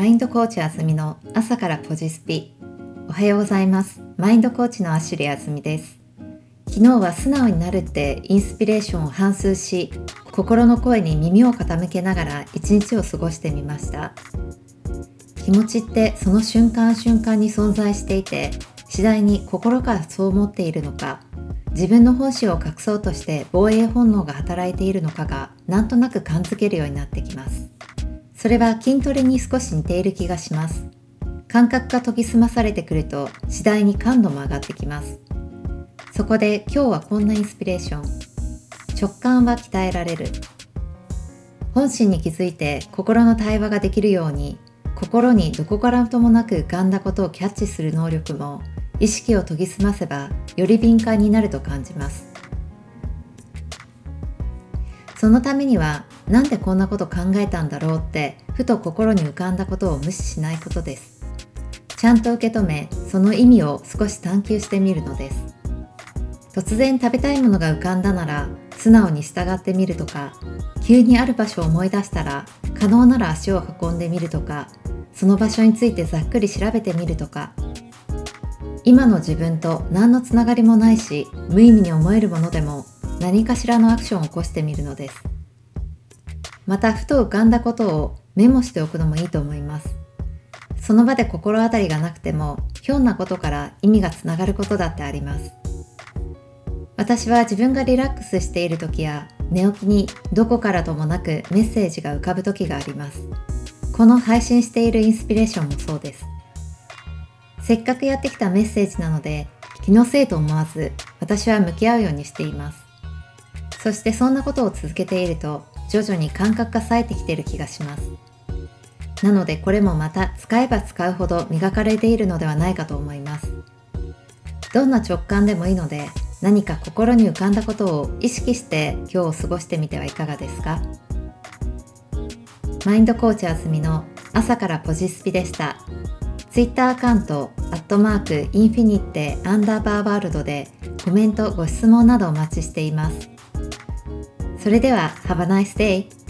マインドコーチあずみの朝からポジスピ。おはようございます。マインドコーチのアシュリーあずみです。昨日は素直になるってインスピレーションを反芻し、心の声に耳を傾けながら一日を過ごしてみました。気持ちってその瞬間瞬間に存在していて、次第に心からそう思っているのか、自分の本心を隠そうとして防衛本能が働いているのかがなんとなく感づけるようになってきます。それは筋トレに少し似ている気がします。感覚が研ぎ澄まされてくると次第に感度も上がってきます。そこで今日はこんなインスピレーション。直感は鍛えられる。本心に気づいて心の対話ができるように、心にどこからともなく浮かんだことをキャッチする能力も意識を研ぎ澄ませばより敏感になると感じます。そのためには、なんでこんなこと考えたんだろうってふと心に浮かんだことを無視しないことです。ちゃんと受け止め、その意味を少し探求してみるのです。突然食べたいものが浮かんだなら素直に従ってみるとか、急にある場所を思い出したら可能なら足を運んでみるとか、その場所についてざっくり調べてみるとか、今の自分と何のつながりもないし無意味に思えるものでも何かしらのアクションを起こしてみるのです。またふと浮かんだことをメモしておくのもいいと思います。その場で心当たりがなくてもひょんなことから意味がつながることだってあります。私は自分がリラックスしている時や寝起きにどこからともなくメッセージが浮かぶ時があります。この配信しているインスピレーションもそうです。せっかくやってきたメッセージなので気のせいと思わず私は向き合うようにしています。そしてそんなことを続けていると徐々に感覚が冴えてきている気がします。なのでこれもまた使えば使うほど磨かれているのではないかと思います。どんな直感でもいいので、何か心に浮かんだことを意識して今日を過ごしてみてはいかがですか。マインドコーチあずみの朝からポジスピでした。Twitter アカウント@infinite_world でコメントご質問などお待ちしています。それでは Have a nice day!